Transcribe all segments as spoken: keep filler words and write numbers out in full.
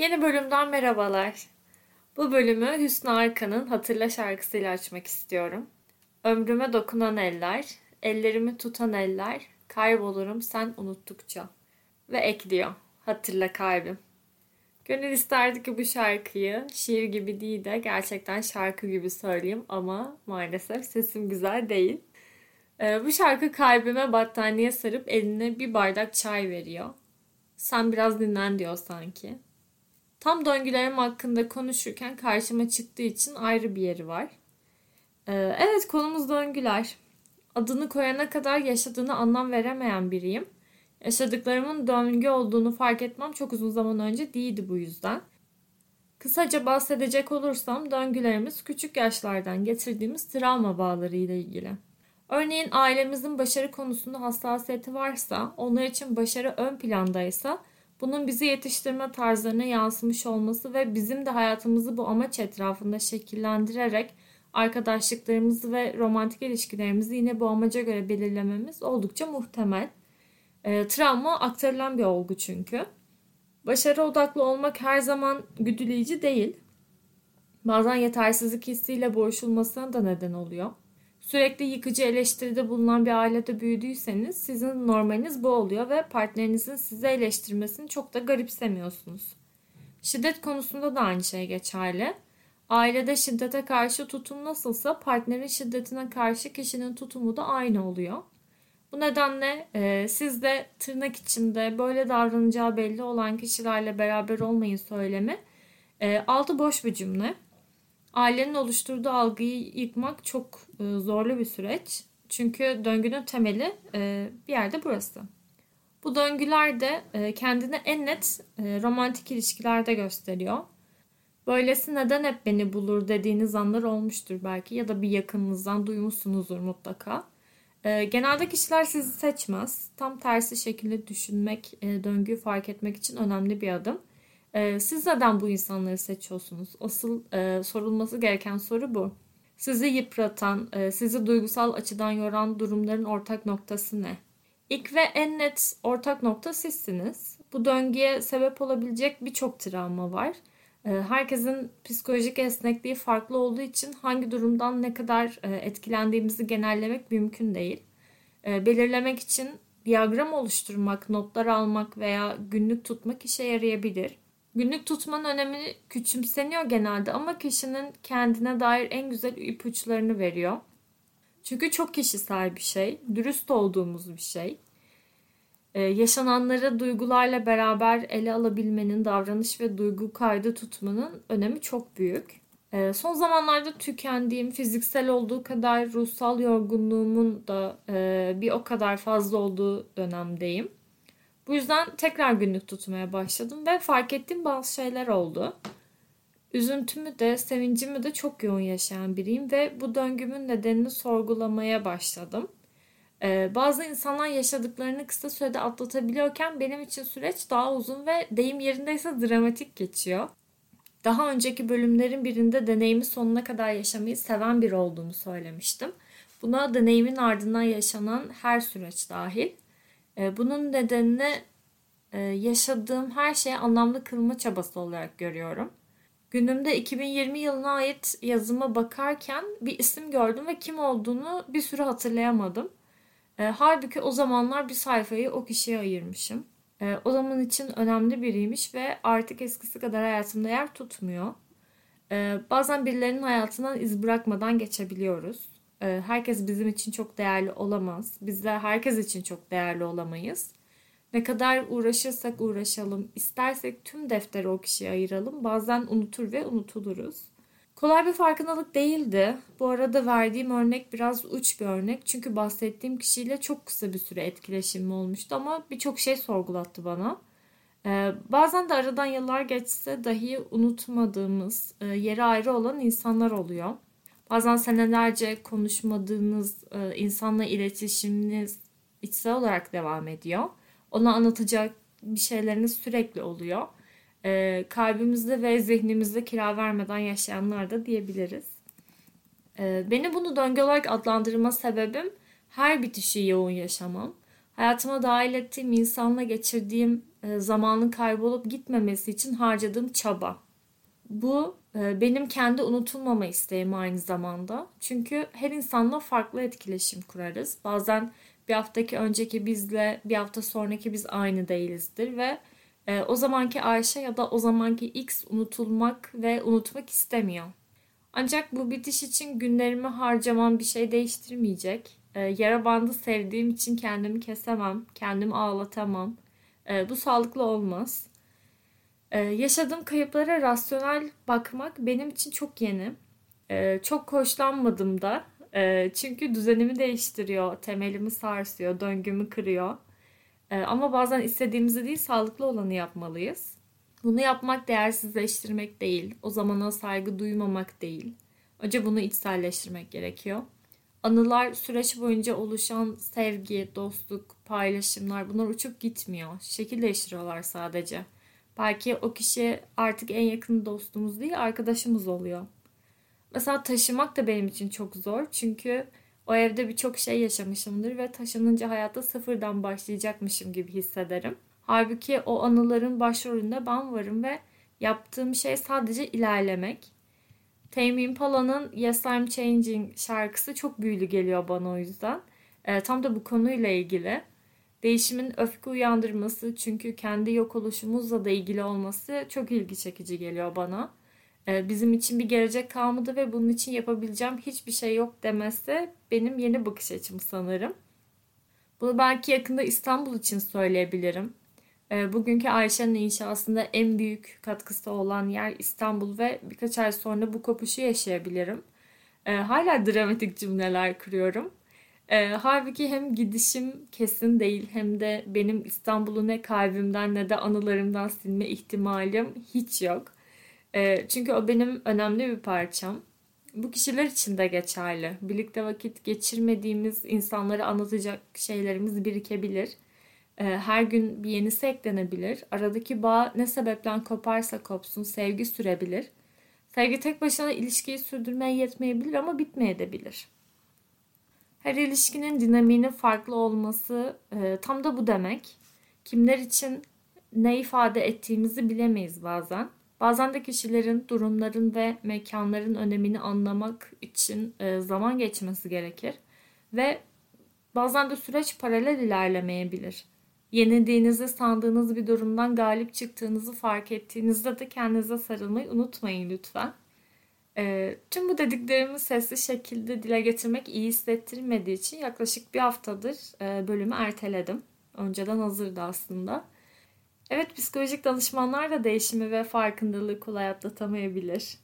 Yeni bölümden merhabalar. Bu bölümü Hüsnü Arkan'ın Hatırla şarkısıyla açmak istiyorum. Ömrüme dokunan eller, ellerimi tutan eller, kaybolurum sen unuttukça. Ve ekliyor, hatırla kalbim. Gönül isterdi ki bu şarkıyı şiir gibi değil de gerçekten şarkı gibi söyleyeyim ama maalesef sesim güzel değil. Ee, bu şarkı kalbime battaniye sarıp eline bir bardak çay veriyor. Sen biraz dinlen diyor sanki. Tam döngülerim hakkında konuşurken karşıma çıktığı için ayrı bir yeri var. Ee, evet konumuz döngüler. Adını koyana kadar yaşadığını anlam veremeyen biriyim. Yaşadıklarımın döngü olduğunu fark etmem çok uzun zaman önce değildi bu yüzden. Kısaca bahsedecek olursam döngülerimiz küçük yaşlardan getirdiğimiz travma bağları ile ilgili. Örneğin ailemizin başarı konusunda hassasiyeti varsa, onlar için başarı ön plandaysa bunun bizi yetiştirme tarzlarına yansımış olması ve bizim de hayatımızı bu amaç etrafında şekillendirerek arkadaşlıklarımızı ve romantik ilişkilerimizi yine bu amaca göre belirlememiz oldukça muhtemel. E, travma aktarılan bir olgu çünkü. Başarı odaklı olmak her zaman güdüleyici değil. Bazen yetersizlik hissiyle boğuşulmasına da neden oluyor. Sürekli yıkıcı eleştiride bulunan bir ailede büyüdüyseniz sizin normaliniz bu oluyor ve partnerinizin sizi eleştirmesini çok da garipsemiyorsunuz. Şiddet konusunda da aynı şey geçerli. Ailede şiddete karşı tutum nasılsa partnerin şiddetine karşı kişinin tutumu da aynı oluyor. Bu nedenle e, siz de tırnak içinde böyle davranacağı belli olan kişilerle beraber olmayın söylemi e, altı boş bir cümle. Ailenin oluşturduğu algıyı yıkmak çok e, zorlu bir süreç. Çünkü döngünün temeli e, bir yerde burası. Bu döngüler de e, kendini en net e, romantik ilişkilerde gösteriyor. Böylesi neden hep beni bulur dediğiniz anlar olmuştur belki ya da bir yakınınızdan duymuşsunuzdur mutlaka. E, genelde kişiler sizi seçmez. Tam tersi şekilde düşünmek, e, döngüyü fark etmek için önemli bir adım. Ee, siz neden bu insanları seçiyorsunuz? Asıl e, sorulması gereken soru bu. Sizi yıpratan, e, sizi duygusal açıdan yoran durumların ortak noktası ne? İlk ve en net ortak nokta sizsiniz. Bu döngüye sebep olabilecek birçok travma var. E, herkesin psikolojik esnekliği farklı olduğu için hangi durumdan ne kadar e, etkilendiğimizi genellemek mümkün değil. E, belirlemek için diyagram oluşturmak, notlar almak veya günlük tutmak işe yarayabilir. Günlük tutmanın önemi küçümseniyor genelde ama kişinin kendine dair en güzel ipuçlarını veriyor. Çünkü çok kişisel bir şey, dürüst olduğumuz bir şey. Ee, yaşananları duygularla beraber ele alabilmenin, davranış ve duygu kaydı tutmanın önemi çok büyük. Ee, son zamanlarda tükendiğim, fiziksel olduğu kadar ruhsal yorgunluğumun da e, bir o kadar fazla olduğu dönemdeyim. Bu yüzden tekrar günlük tutmaya başladım ve fark ettiğim bazı şeyler oldu. Üzüntümü de, sevincimi de çok yoğun yaşayan biriyim ve bu döngümün nedenini sorgulamaya başladım. Ee, bazı insanlar yaşadıklarını kısa sürede atlatabiliyorken benim için süreç daha uzun ve deyim yerindeyse dramatik geçiyor. Daha önceki bölümlerin birinde deneyimi sonuna kadar yaşamayı seven biri olduğumu söylemiştim. Buna deneyimin ardından yaşanan her süreç dahil. Bunun nedenini yaşadığım her şeyi anlamlı kılma çabası olarak görüyorum. Günümde iki bin yirmi yılına ait yazıma bakarken bir isim gördüm ve kim olduğunu bir süre hatırlayamadım. Halbuki o zamanlar bir sayfayı o kişiye ayırmışım. O zaman için önemli biriymiş ve artık eskisi kadar hayatımda yer tutmuyor. Bazen birilerinin hayatından iz bırakmadan geçebiliyoruz. Herkes bizim için çok değerli olamaz. Bizler herkes için çok değerli olamayız. Ne kadar uğraşırsak uğraşalım, istersek tüm defteri o kişiye ayıralım. Bazen unutur ve unutuluruz. Kolay bir farkındalık değildi. Bu arada verdiğim örnek biraz uç bir örnek. Çünkü bahsettiğim kişiyle çok kısa bir süre etkileşimim olmuştu ama birçok şey sorgulattı bana. Ee, bazen de aradan yıllar geçse dahi unutmadığımız, e, yeri ayrı olan insanlar oluyor. Bazen senelerce konuşmadığınız e, insanla iletişiminiz içsel olarak devam ediyor. Ona anlatacak bir şeyleriniz sürekli oluyor. E, kalbimizde ve zihnimizde kira vermeden yaşayanlar da diyebiliriz. E, beni bunu döngü olarak adlandırma sebebim her bitişi yoğun yaşamam. Hayatıma dahil ettiğim insanla geçirdiğim e, zamanın kaybolup gitmemesi için harcadığım çaba. Bu e, benim kendi unutulmama isteğim aynı zamanda. Çünkü her insanla farklı etkileşim kurarız. Bazen bir haftaki önceki bizle bir hafta sonraki biz aynı değilizdir ve e, o zamanki Ayşe ya da o zamanki X unutulmak ve unutmak istemiyor. Ancak bu bitiş için günlerimi harcamam bir şey değiştirmeyecek. E, yara bandı sevdiğim için kendimi kesemem, kendimi ağlatamam. E, bu sağlıklı olmaz. Ee, yaşadığım kayıplara rasyonel bakmak benim için çok yeni. Ee, çok hoşlanmadım da. Ee, çünkü düzenimi değiştiriyor, temelimi sarsıyor, döngümü kırıyor. Ee, ama bazen istediğimizi değil, sağlıklı olanı yapmalıyız. Bunu yapmak değersizleştirmek değil, o zamana saygı duymamak değil. Önce bunu içselleştirmek gerekiyor. Anılar süreç boyunca oluşan sevgi, dostluk, paylaşımlar bunlar uçup gitmiyor. Şekil değiştiriyorlar sadece. Belki o kişi artık en yakın dostumuz değil, arkadaşımız oluyor. Mesela taşımak da benim için çok zor. Çünkü o evde birçok şey yaşamışımdır ve taşınınca hayata sıfırdan başlayacakmışım gibi hissederim. Halbuki o anıların başrolünde ben varım ve yaptığım şey sadece ilerlemek. Tame Impala'nın Yes I'm Changing şarkısı çok büyülü geliyor bana o yüzden. E, tam da bu konuyla ilgili. Değişimin öfke uyandırması çünkü kendi yok oluşumuzla da ilgili olması çok ilgi çekici geliyor bana. E, bizim için bir gelecek kalmadı ve bunun için yapabileceğim hiçbir şey yok demesi benim yeni bakış açım sanırım. Bunu belki yakında İstanbul için söyleyebilirim. E, bugünkü Ayşe'nin inşasında en büyük katkısı olan yer İstanbul ve birkaç ay sonra bu kopuşu yaşayabilirim. E, hala dramatik cümleler kuruyorum. E, halbuki hem gidişim kesin değil hem de benim İstanbul'u ne kalbimden ne de anılarımdan silme ihtimalim hiç yok. E, çünkü o benim önemli bir parçam. Bu kişiler için de geçerli. Birlikte vakit geçirmediğimiz insanlara anlatacak şeylerimiz birikebilir. E, her gün bir yenisi eklenebilir. Aradaki bağ ne sebepten koparsa kopsun sevgi sürebilir. Sevgi tek başına ilişkiyi sürdürmeye yetmeyebilir ama bitmeyebilir. Her ilişkinin dinamiğinin farklı olması e, tam da bu demek. Kimler için ne ifade ettiğimizi bilemeyiz bazen. Bazen de kişilerin, durumların ve mekanların önemini anlamak için e, zaman geçmesi gerekir. Ve bazen de süreç paralel ilerlemeyebilir. Yenildiğinizi sandığınız bir durumdan galip çıktığınızı fark ettiğinizde de kendinize sarılmayı unutmayın lütfen. E, tüm bu dediklerimi sesli şekilde dile getirmek iyi hissettirmediği için yaklaşık bir haftadır e, bölümü erteledim. Önceden hazırdı aslında. Evet, psikolojik danışmanlar da değişimi ve farkındalığı kolay atlatamayabilir.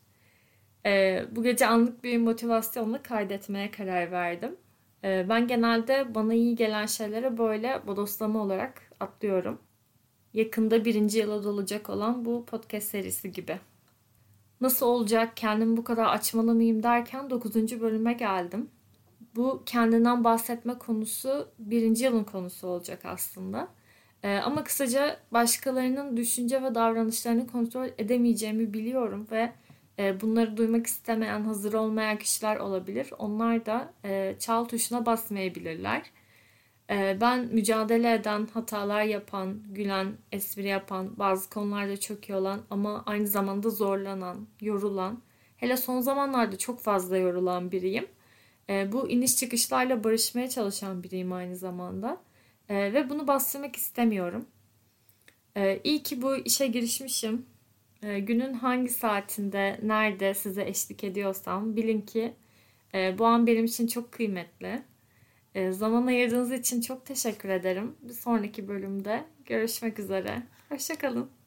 E, bu gece anlık bir motivasyonla kaydetmeye karar verdim. E, ben genelde bana iyi gelen şeylere böyle bodoslama olarak atlıyorum. Yakında birinci yıla dolacak olan bu podcast serisi gibi. Nasıl olacak, kendimi bu kadar açmalı mıyım derken dokuzuncu bölüme geldim. Bu kendinden bahsetme konusu birinci yılın konusu olacak aslında. Ee, ama kısaca başkalarının düşünce ve davranışlarını kontrol edemeyeceğimi biliyorum ve e, bunları duymak istemeyen, hazır olmayan kişiler olabilir. Onlar da e, çal tuşuna basmayabilirler. Ben mücadele eden, hatalar yapan, gülen, espri yapan, bazı konularda çok iyi olan ama aynı zamanda zorlanan, yorulan, hele son zamanlarda çok fazla yorulan biriyim. Bu iniş çıkışlarla barışmaya çalışan biriyim aynı zamanda. Ve bunu bastırmak istemiyorum. İyi ki bu işe girişmişim. Günün hangi saatinde, nerede size eşlik ediyorsam bilin ki bu an benim için çok kıymetli. Zaman ayırdığınız için çok teşekkür ederim. Bir sonraki bölümde görüşmek üzere. Hoşça kalın.